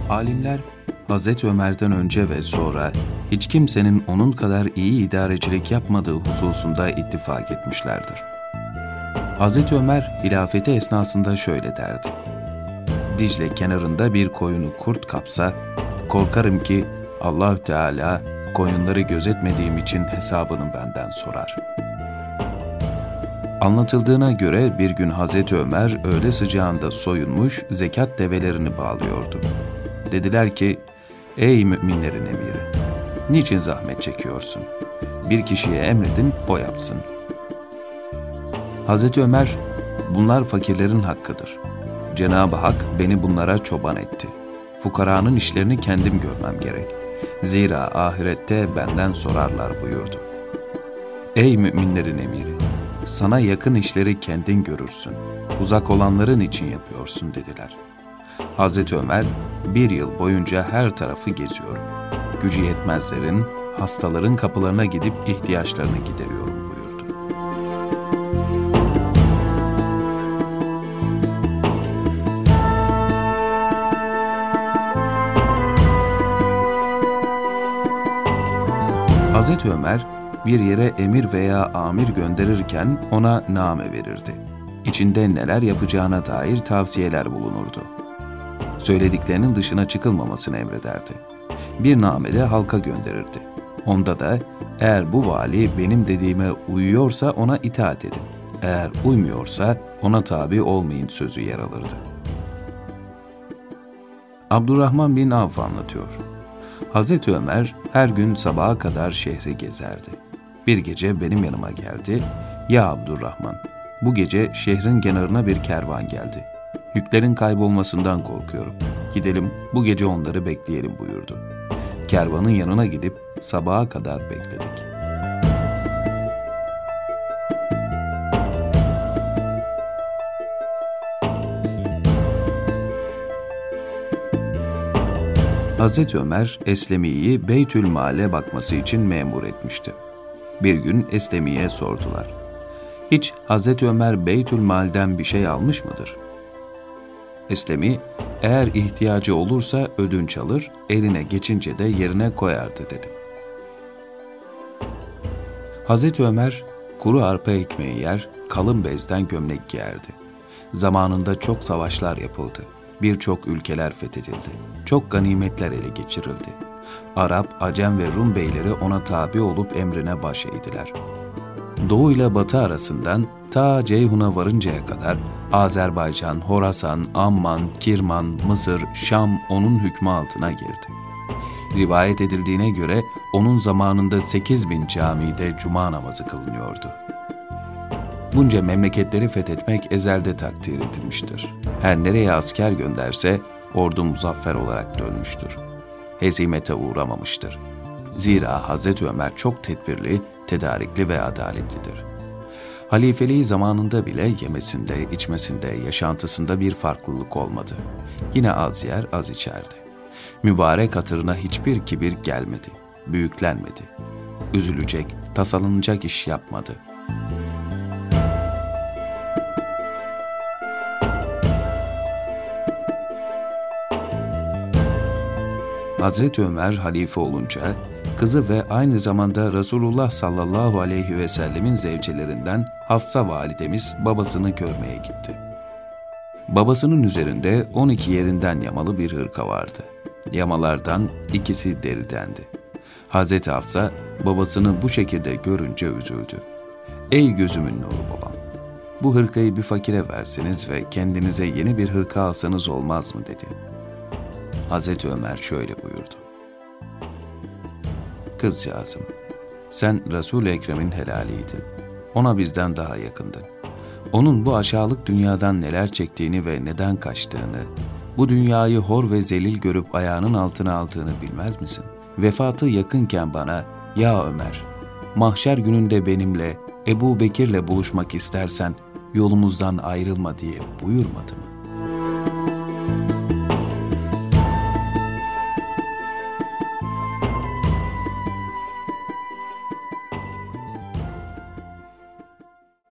Alimler, Hazreti Ömer'den önce ve sonra hiç kimsenin onun kadar iyi idarecilik yapmadığı hususunda ittifak etmişlerdir. Hazreti Ömer hilafeti esnasında şöyle derdi: Dicle kenarında bir koyunu kurt kapsa, korkarım ki Allah-u Teala koyunları gözetmediğim için hesabını benden sorar. Anlatıldığına göre bir gün Hazreti Ömer öğle sıcağında soyunmuş zekat develerini bağlıyordu. Dediler ki, ey müminlerin emiri, niçin zahmet çekiyorsun? Bir kişiye emredin, o yapsın. Hazreti Ömer, bunlar fakirlerin hakkıdır. Cenab-ı Hak beni bunlara çoban etti. Fukaranın işlerini kendim görmem gerek. Zira ahirette benden sorarlar buyurdu. Ey müminlerin emiri, sana yakın işleri kendin görürsün. Uzak olanların için yapıyorsun dediler. Hazreti Ömer, 1 yıl boyunca her tarafı geziyorum. Gücü yetmezlerin, hastaların kapılarına gidip ihtiyaçlarını gideriyorum buyurdu. Hazreti Ömer, bir yere emir veya amir gönderirken ona name verirdi. İçinde neler yapacağına dair tavsiyeler bulunurdu. Söylediklerinin dışına çıkılmamasını emrederdi. Bir namede halka gönderirdi. Onda da eğer bu vali benim dediğime uyuyorsa ona itaat edin. Eğer uymuyorsa ona tabi olmayın sözü yer alırdı. Abdurrahman bin Avf anlatıyor. Hazreti Ömer her gün sabaha kadar şehri gezerdi. Bir gece benim yanıma geldi. Ya Abdurrahman, bu gece şehrin kenarına bir kervan geldi. Yüklerin kaybolmasından korkuyorum. Gidelim bu gece onları bekleyelim buyurdu. Kervanın yanına gidip sabaha kadar bekledik. Hazreti Ömer, Eslemi'yi Beytülmal'e bakması için memur etmişti. Bir gün Eslemi'ye sordular. Hiç Hazreti Ömer Beytülmal'den bir şey almış mıdır? Eslemi, eğer ihtiyacı olursa ödünç alır, eline geçince de yerine koyardı dedi. Hazreti Ömer, kuru arpa ekmeği yer, kalın bezden gömlek giyerdi. Zamanında çok savaşlar yapıldı. Birçok ülkeler fethedildi. Çok ganimetler ele geçirildi. Arap, Acem ve Rum beyleri ona tabi olup emrine baş eğdiler. Doğu ile Batı arasından ta Ceyhun'a varıncaya kadar Azerbaycan, Horasan, Amman, Kirman, Mısır, Şam onun hükmü altına girdi. Rivayet edildiğine göre onun zamanında 8.000 camide cuma namazı kılınıyordu. Bunca memleketleri fethetmek ezelde takdir edilmiştir. Her nereye asker gönderse ordu muzaffer olarak dönmüştür. Hezimete uğramamıştır. Zira Hazreti Ömer çok tedbirli, tedarikli ve adaletlidir. Halifeliği zamanında bile yemesinde, içmesinde, yaşantısında bir farklılık olmadı. Yine az yer, az içerdi. Mübarek hatırına hiçbir kibir gelmedi, büyüklenmedi. Üzülecek, tasalanacak iş yapmadı. Hazreti Ömer halife olunca, kızı ve aynı zamanda Resulullah sallallahu aleyhi ve sellemin zevcelerinden Hafsa validemiz babasını görmeye gitti. Babasının üzerinde 12 yerinden yamalı bir hırka vardı. Yamalardan ikisi deridendi. Hazreti Hafsa babasını bu şekilde görünce üzüldü. Ey gözümün nuru babam, bu hırkayı bir fakire verseniz ve kendinize yeni bir hırka alsanız olmaz mı dedi. Hazreti Ömer şöyle buyurdu. Kızcağızım, sen Resul-i Ekrem'in helaliydin. Ona bizden daha yakındın. Onun bu aşağılık dünyadan neler çektiğini ve neden kaçtığını, bu dünyayı hor ve zelil görüp ayağının altına aldığını bilmez misin? Vefatı yakınken bana, ya Ömer, mahşer gününde benimle, Ebu Bekir'le buluşmak istersen yolumuzdan ayrılma diye buyurmadı mı?